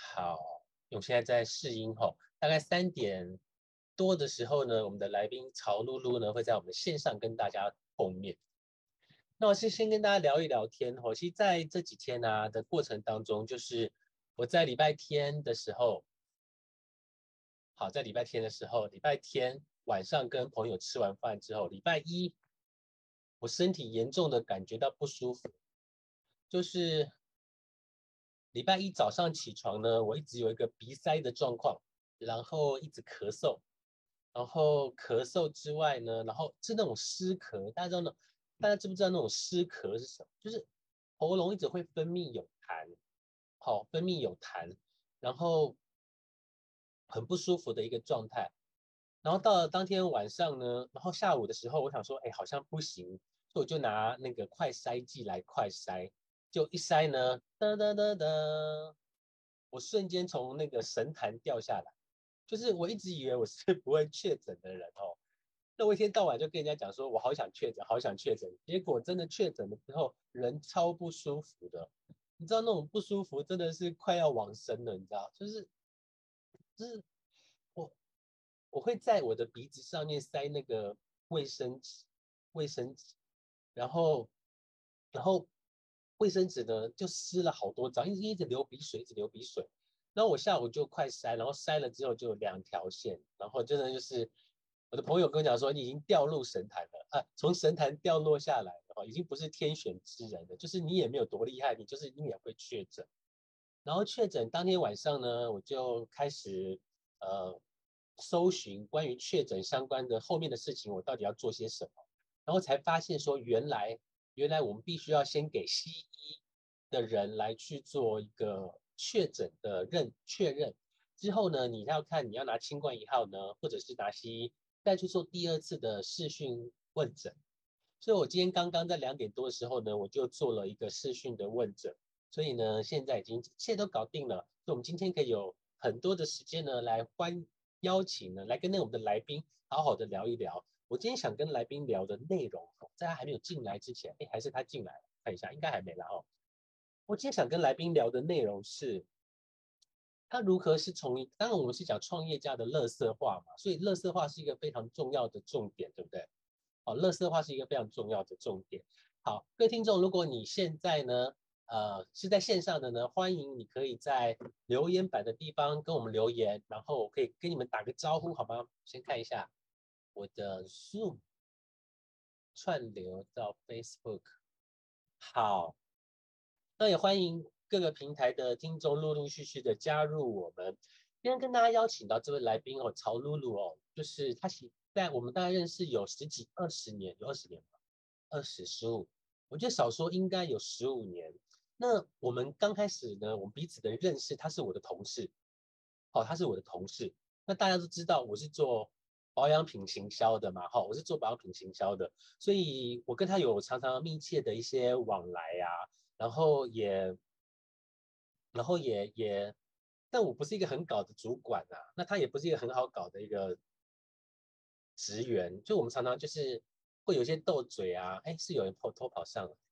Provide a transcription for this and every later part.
好，我现在在试音吼，大概3点多的时候呢，我们的来宾曹露露呢会在我们的线上跟大家碰面。那我是先跟大家聊一聊天吼，其实在这几天的过程当中，就是我在礼拜天的时候，好，在礼拜天的时候，礼拜天晚上跟朋友吃完饭之后，礼拜一我身体严重的感觉到不舒服，就是礼拜一早上起床呢，我一直有一个鼻塞的状况，然后一直咳嗽，然后咳嗽之外呢，然后是那种湿咳，大家知不知道那种湿咳是什么？就是喉咙一直会分泌有痰，好，分泌有痰，然后很不舒服的一个状态。然后到了当天晚上呢，然后下午的时候，我想说，哎，好像不行，所以我就拿那个快筛剂来快筛，就一筛呢，噔噔噔噔，我瞬间从那个神坛掉下来。就是我一直以为我是不会确诊的人哦，那我一天到晚就跟人家讲说，我好想确诊，好想确诊，结果真的确诊了之后，人超不舒服的。你知道那种不舒服真的是快要往生了，你知道，就是我我会在我的鼻子上面塞那个卫生纸，卫生纸，然后然后卫生纸呢就湿了好多张，一直流鼻水，一直流鼻水。然后我下午就快筛，然后筛了之后就有2条线，然后真的就是我的朋友跟我讲说，你已经掉入神坛了啊，从神坛掉落下来了，已经不是天选之人了，就是你也没有多厉害，你也会确诊。然后确诊当天晚上呢，我就开始呃搜寻关于确诊相关的后面的事情，我到底要做些什么，然后才发现说原来我们必须要先给西医的人来去做一个确诊的确认，之后呢，你要看你要拿清冠1号呢，或者是拿西医再去做第二次的视讯问诊。所以我今天刚刚在2点多的时候呢，我就做了一个视讯的问诊。所以呢，现在已经一切都搞定了，所以我们今天可以有很多的时间呢，邀请呢，来跟我们的来宾好好的聊一聊。我今天想跟来宾聊的内容，在他还没有进来之前，哎，还是他进来了，看一下，应该还没了哦。我今天想跟来宾聊的内容是，他如何是当然我们是讲创业家的垃圾化嘛，所以垃圾化是一个非常重要的重点，对不对？好，垃圾化是一个非常重要的重点。好，各位听众，如果你现在呢，是在线上的呢，欢迎你可以在留言板的地方跟我们留言，然后我可以跟你们打个招呼，好吗？先看一下我的 Zoom 串流到 Facebook。好，那也欢迎各个平台的听众陆陆续续的加入我们。今天跟大家邀请到这位来宾哦，曹露露哦，就是在我们大概认识有20年，有20年吧，20、15，我觉得少说应该有15年。那我们刚开始呢，我们彼此的认识，他是我的同事，哦，他是我的同事。那大家都知道我是做保养品行销的嘛，哈、我是做保养品行销的，所以我跟他有常常密切的一些往来啊，然后也，然后也，但我不是一个很搞的主管啊，那他也不是一个很好搞的一个职员，就我们常常就是会有一些斗嘴啊，哎，是有人偷跑上了，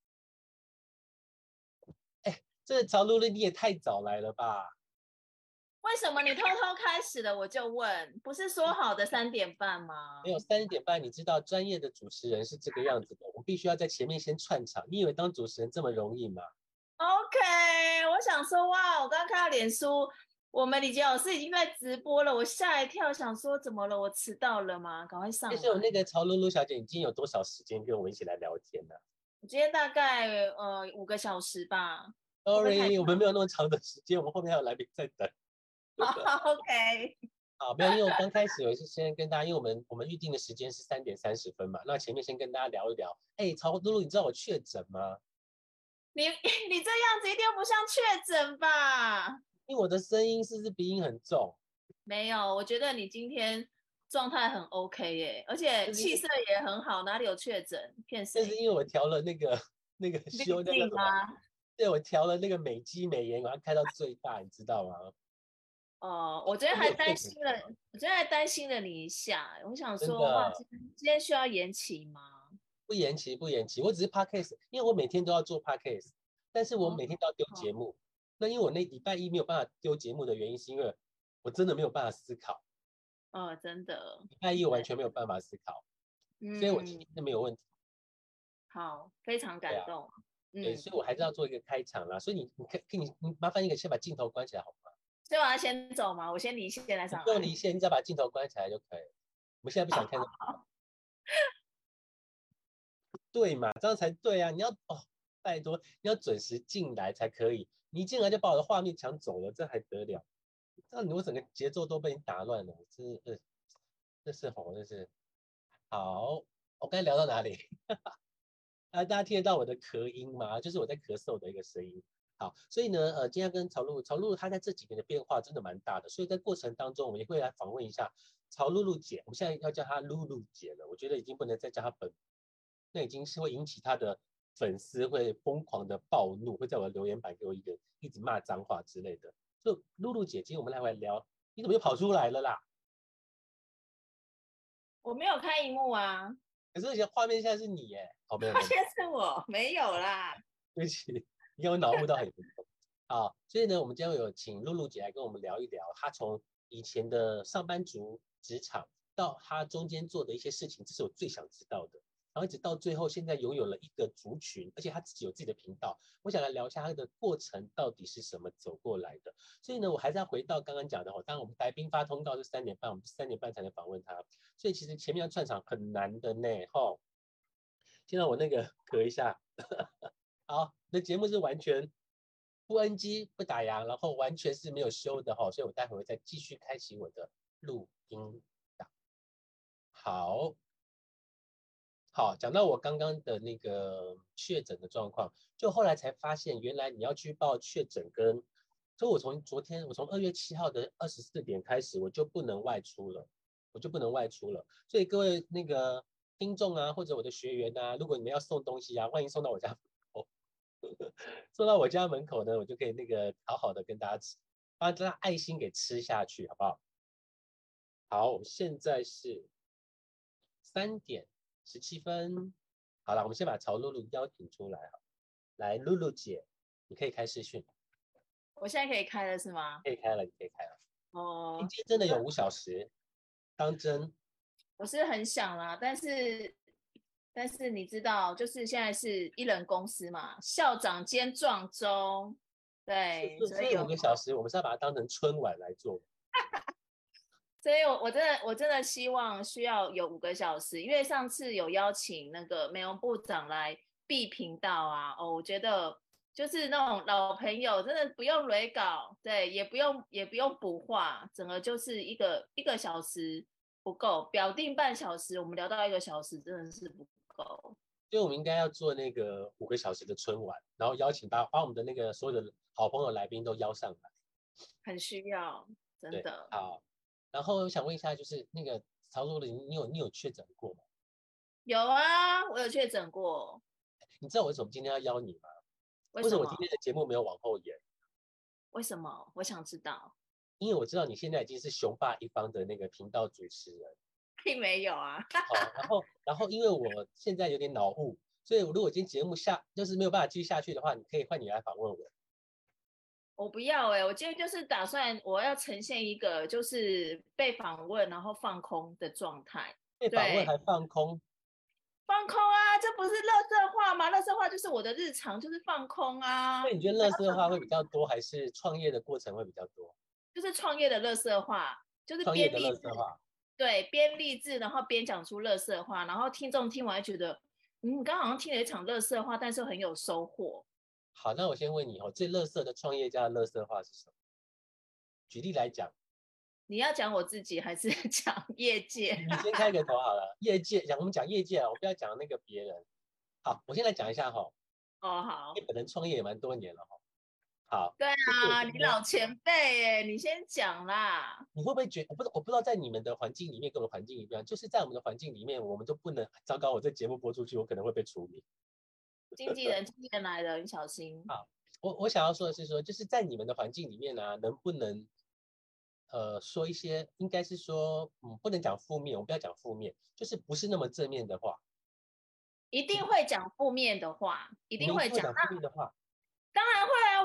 这曹露露你也太早来了吧？ 为什么你偷偷开始了？我就问，不是说好的3点半吗没有3点半，你知道专业的主持人是这个样子的，我必须要在前面先串场。你以为当主持人这么容易吗？ ？OK，我想说，哇，我刚刚看到脸书，我们李杰老师已经在直播了，我吓一跳，想说怎么了？我迟到了吗？赶快但是我上来。 那个曹露露小姐已经有多少时间跟我们一起来聊天呢我今天大概5个小时吧，会不会太 ？Sorry，我们没长有那么长的时间，我们后面还有来宾在等。 ？OK， 好，没有，因为我刚开始我是先跟大家，因为我们预定的时间是3点30分嘛，那前面先跟大家聊一聊。哎，曹露露，你知道我确诊吗？ 你这样子一定不像确诊吧？ 因为我的声音是不是鼻音很重？ 没有，我觉得你今天状态很 OK 耶，而且就是因为气色也很好，哪里有确诊？骗谁？ 那是因为我调了那个滤那叫什么？ 镜吗？ 对，我调了那个美肌美颜，我要开到最大，你知道吗？ 哦，我昨天那你还有确诊担心了，我昨天还担心了你一下，我想真说，哇， 的今天需要延期吗？ 不延期，我只是 podcast，因为我每天都要做 podcast，但是我哦， 每天都要丢节目， 那因为我那礼拜一没有办法丢节目的原因，是因为我真的没有办法思考， 真的， 礼拜一我完全没有办法思考，所以我今天是没有问题。 好，非常对啊， 感动， 对，所以我还是要做一个开场啦。所以你麻烦先把镜头关起来好吗？ 所以我要先走吗？我先离线再你上来。 不用离线，你只要把镜头关起来就可以了。我们现在不想看到，对嘛？这样才对啊！你要拜托，你要准时进来才可以。你一进来就把我的画面抢走了，这还得了？这样我整个节奏都被你打乱了，这是好。我刚才聊到哪里？大家听得到我的咳音吗？就是我在咳嗽的一个声音。好，所以呢，今天跟曹露她在这几年的变化真的蛮大的，所以在过程当中，我们也会来访问一下曹露露姐。我们现在要叫她露露姐了，我觉得已经不能再叫她本，那已经是会引起她的粉丝会疯狂的暴怒，会在我的留言板给我一直骂脏话之类的。就露露姐，今天我们来聊，你怎么又跑出来了啦？ 我没有开荧幕啊， 可是画面现在是你耶，哦，没有没有， 现在是我没有啦。 对不起，你看我脑雾到很严重。好，所以呢，我们今天有请露露姐来跟我们聊一聊，她从以前的上班族职场到她中间做的一些事情，这是我最想知道的。然后一直到最后，现在拥有了一个族群，而且她自己有自己的频道。我想来聊一下她的过程到底是什么走过来的。所以呢，我还是要回到刚刚讲的当然我们来宾发通告是3点半，我们3点半才能访问她，所以其实前面要串场很难的呢，吼。先让我那个咳一下。好，那节目是完全不 NG 不打烊，然后完全是没有修的哈，所以我待会会再继续开启我的录音档。好，好，讲到我刚刚的那个确诊的状况，就后来才发现，原来你要去报确诊跟，所以我从昨天，我从2月7号的24点开始，我就不能外出了，我就不能外出了。所以各位那个听众啊，或者我的学员啊，如果你们要送东西啊，万一送到我家门口，送到我家门口呢，我就可以那个好好的跟大家吃，把大家爱心给吃下去，好不好？好，我们现在是3点17分。好了，我们先把曹露露邀请出来哈。来，露露姐，你可以开视讯， 我现在可以开了是吗？ 可以开了，你可以开了。今哦， 天真的有5小时，当真。 我是很想啦，但是你知道，就是现在是一人公司嘛，校长兼撞钟，对，所以所以5个小时，我们是要把它当成春晚来做。 我真的希望需要有5个小时，因为上次有邀请那个美容部长来 B 频道啊，我觉得就是那种老朋友，真的不用蕊稿，对，也不用补话，整个就是一个小时不够，表定半小时，我们聊到1个小时真的是不够， 所以我们应该要做那个5个小时的春晚，然后邀请把我们的那个所有的好朋友来宾都邀上来。 很需要，真对， 的好。然后我想问一下，就是那个曹露露，你有确诊过吗？ 有啊，我有确诊过， 你知道我为什么今天要邀你吗？为什么我今为什么？ 天的节目没有往后延？ 为什么？我想知道， 因为我知道你现在已经是雄霸一方的那个频道主持人。 并没有啊。 好，然后因为我现在有点脑雾，所以如果今天节目就是没有办法继续下去的话，你可以换你来访问我。 我不要我今天就是打算我要呈现一个就是被访问然后放空的状态，对， 被访问还放空， 放空啊，这不是垃圾话吗？垃圾话就是我的日常，就是放空啊， 那你觉得乐色的话会比较多，还是创业的过程会比较多？ 就是创业的垃圾话，就是创业的边励志， 乐色话。 对，边励志，然后边讲出垃圾话，然后听众听完觉得，刚刚好像听了一场垃圾话，但是很有收获。 好，那我先问你哦，最乐色的创业家的乐色话是什么？举例来讲， 你要讲我自己还是讲业界？ 你先开个头好了。业界我们讲业界啊，我不要讲那个别人。好，我先来讲一下哈， 哦，好。 你本人创业也蛮多年了哈。好， 对就是我啊， 觉得你老前辈哎，你先讲啦。 你会不会觉得，我不知道在你们的环境里面跟我们环境一样，就是在我们的环境里面，我们都不能，糟糕，我这节目播出去，我可能会被除名。 经纪人来了，你小心。 好，我想要说的是说，就是在你们的环境里面呢、能不能说一些，应该是说，不能讲负面，我们不要讲负面，就是不是那么正面的话。 一定会讲负面的话，一你们一定会定会讲。 讲负面的话。 当然会啊，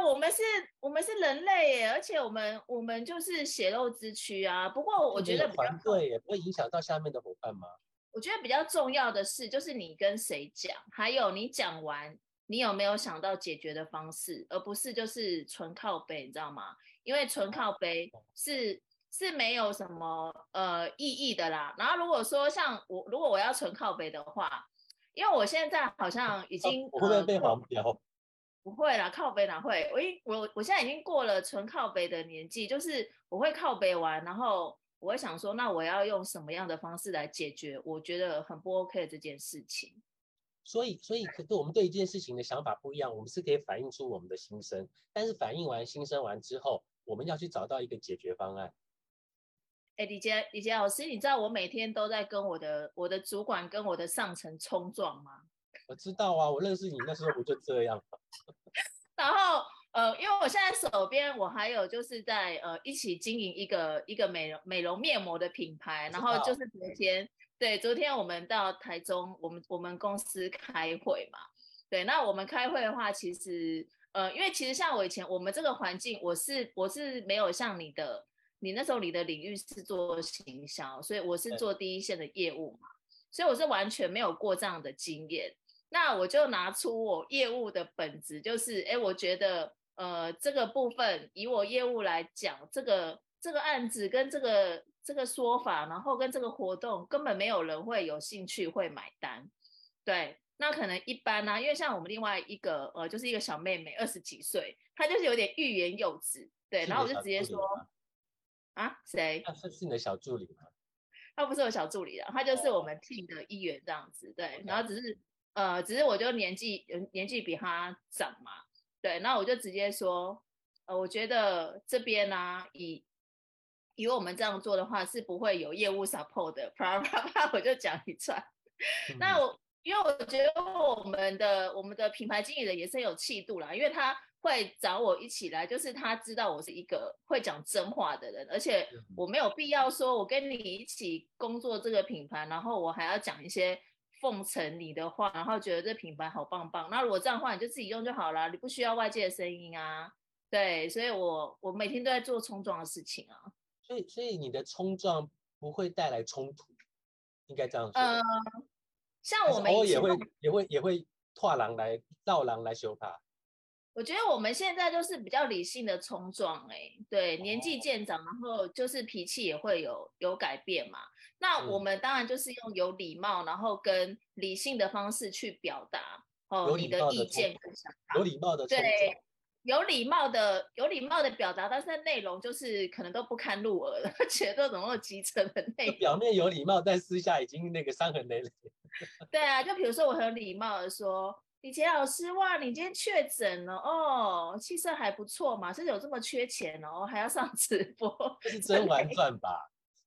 我们是人类耶，而且我们就是血肉之躯啊。不过我觉得比较团队也不会影响到下面的伙伴吗？ 我觉得比较重要的是，就是你跟谁讲，还有你讲完，你有没有想到解决的方式，而不是就是纯靠背，你知道吗？因为纯靠背是没有什么意义的啦。然后如果说像我，如果我要纯靠背的话，因为我现在好像已经我会不会被黄标？ 不会啦，靠背哪会？我现在已经过了纯靠背的年纪，就是我会靠背完，然后我会想说，那我要用什么样的方式来解决我觉得很不 OK 的这件事情？ 所以，可是我们对一件事情的想法不一样，我们是可以反映出我们的心声，但是反映完心声完之后，我们要去找到一个解决方案。 哎，李杰老师，你知道我每天都在跟我的主管跟我的上层冲撞吗？ 我知道啊，我认识你那时候不就这样吗？ 然后因为我现在手边我还有就是在一起经营一个美容面膜的品牌，然后就是昨天我们到台中，我们公司开会嘛，对，那我们开会的话，其实因为其实像我以前我们这个环境，我是没有像你那时候你的领域是做行销，所以我是做第一线的业务嘛，所以我是完全没有过这样的经验。那我就拿出我业务的本质，就是我觉得这个部分以我业务来讲，这个案子跟这个说法，然后跟这个活动根本没有人会有兴趣会买单，对。那可能一般呢、因为像我们另外一个就是一个小妹妹20几岁，她就是有点欲言又止，对。然后我就是你的小直接说助理吗？ 啊，谁？ 是你的小助理吗？ 他不是我小助理的，他就是我们 team 的一员这样子，对。然后只是我就年纪比他长嘛，对。那我就直接说，我觉得这边呢、以我们这样做的话是不会有业务 support 的，啪啪啪，我就讲一串。那因为我觉得我们的品牌经理人也是很有气度啦，因为他会找我一起来，就是他知道我是一个会讲真话的人，而且我没有必要说我跟你一起工作这个品牌，然后我还要讲一些奉承你的话，然后觉得这品牌好棒棒。那如果这样的话，你就自己用就好了，你不需要外界的声音啊。对，所以我每天都在做冲撞的事情啊。 所以你的冲撞不会带来冲突，应该这样说， 呃，像我还是偶尔也们以前都会绕狼来修卡。 我觉得我们现在就是比较理性的冲撞，对，年纪哦， 渐长，然后就是脾气也会有改变嘛。那我嗯， 们当然就是用有礼貌，然后跟理性的方式去表达你的意见跟想法， 有礼貌的对， 冲撞。 有礼貌的表达，但是内容就是可能都不堪入耳了，觉得都怎么那么基层的内容。 就表面有礼貌，但私下已经那个伤痕累累。 对啊，就比如说我很礼貌的说，李杰老师，哇，你今天确诊了哦，气色还不错嘛，是有这么缺钱哦，还要上直播这是之 《甄嬛类传》吧？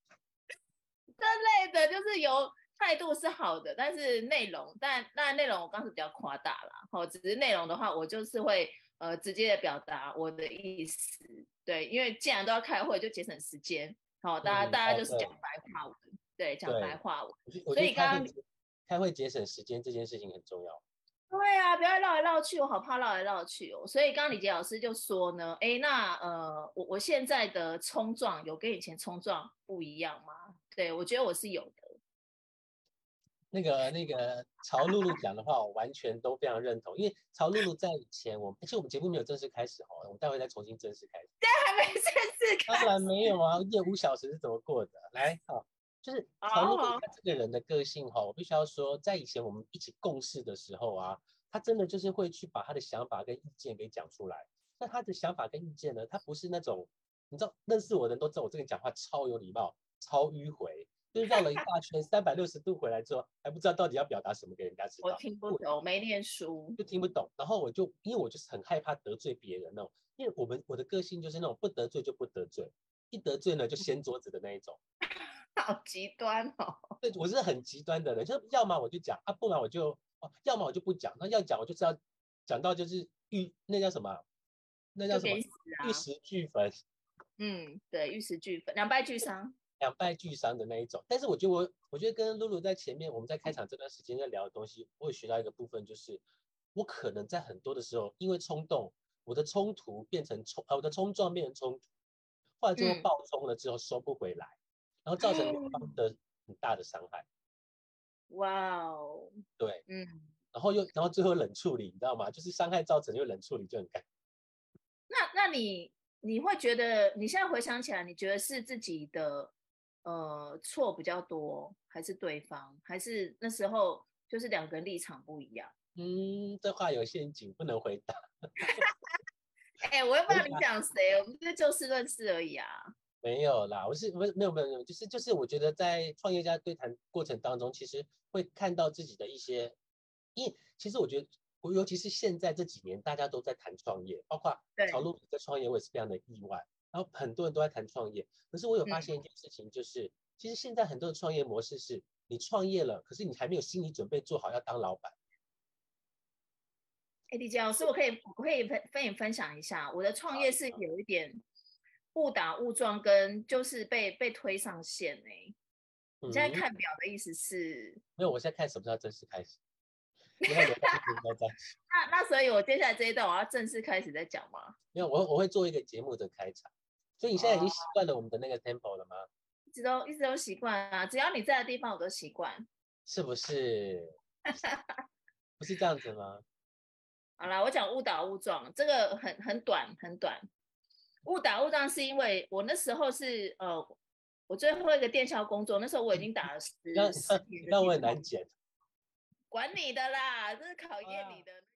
的，就是有态度是好的，但是内容，但内容我刚是比较夸大啦，只是内容的话，我就是会直接的表达我的意思，对，因为既然都要开会，就节省时间，大家就是讲对白话文，对，讲白对， 话文， 我觉得所以刚刚开会节省时间这件事情很重要。 对啊，不要绕来绕去，我好怕绕来绕去哦。所以刚刚李杰老师就说呢，那我现在的冲撞有跟以前冲撞不一样吗？对，我觉得我是有的。 那个曹露露讲的话，我完全都非常认同。因为曹露露在以前而且我们节目没有正式开始哦，我们待会再重新正式开始。 还没正式当开然没有啊，夜5小时是怎么过的？来，好，就是曹露露哦， 她这个人的个性哈，我必须要说，在以前我们一起共事的时候啊，她真的就是会去把她的想法跟意见给讲出来。那她的想法跟意见呢，她不是那种，你知道，认识我的人都知道我这个人讲话超有礼貌、超迂回，就是绕了一大圈360度回来之后，还不知道到底要表达什么给人家知我道。 听不懂，没念书， 就听不懂，然后因为我就是很害怕得罪别人那种，因为我的个性就是那种不得罪就不得罪，一得罪呢就掀桌子的那一种。 好极端哦， 对，我是很极端的人，就是要么我就讲啊，不然要么我就不讲。那要讲我就是要讲到就是那叫什么？那叫什么？ 就给你死啊！ 玉石俱焚， 对，玉石俱焚，两败俱伤。 两败俱伤的那一种。但是我觉得跟露露在前面，我们在开场这段时间在聊的东西，我有学到一个部分，就是我可能在很多的时候因为冲动， 我的冲突变成我的冲撞变成冲突，后来最后爆冲了之后收不回来，然后造成两方的很大的伤害。 哇哦， 对，然后最后冷处理，你知道吗？就是伤害造成又冷处理就很尴尬。 那你会觉得你现在回想起来，你觉得是自己的错比较多，还是对方，还是那时候就是两个人立场不一样？ 这话有陷阱，不能回答。 哎，我又不知道你讲谁，我们就就事论事而已啊。 没有啦，我是没有，就是我觉得在创业家对谈过程当中，其实会看到自己的一些，因为其实我觉得，尤其是现在这几年大家都在谈创业，包括曹对， 露在创业，我也是非常的意外。然后很多人都在谈创业，可是我有发现一件事情，就是其实现在很多的创业模式是，你创业了，可是你还没有心理准备做好要当老板。 哎，李杰老师，我可以跟你分享一下，我的创业是有一点误打误撞，跟就是被推上线哎。你现在嗯， 看表的意思是？ 没有，我现在看什么叫正式开始，你要留到一分钟再说。 那所以，我接下来这一段我要正式开始再讲吗？ 没有，我会做一个节目的开场，所以你现在已经哦， 习惯了我们的那个 tempo 了吗？ 一直都习惯啊，只要你在的地方我都习惯。 是不是？不是这样子吗？ 好啦，我讲误打误撞，这个很短很短。误打误撞是因为我那时候是我最后一个电销工作，那时候我已经打了你让 10年你让我的电销， 很难剪。 管你的啦，这是考验你的。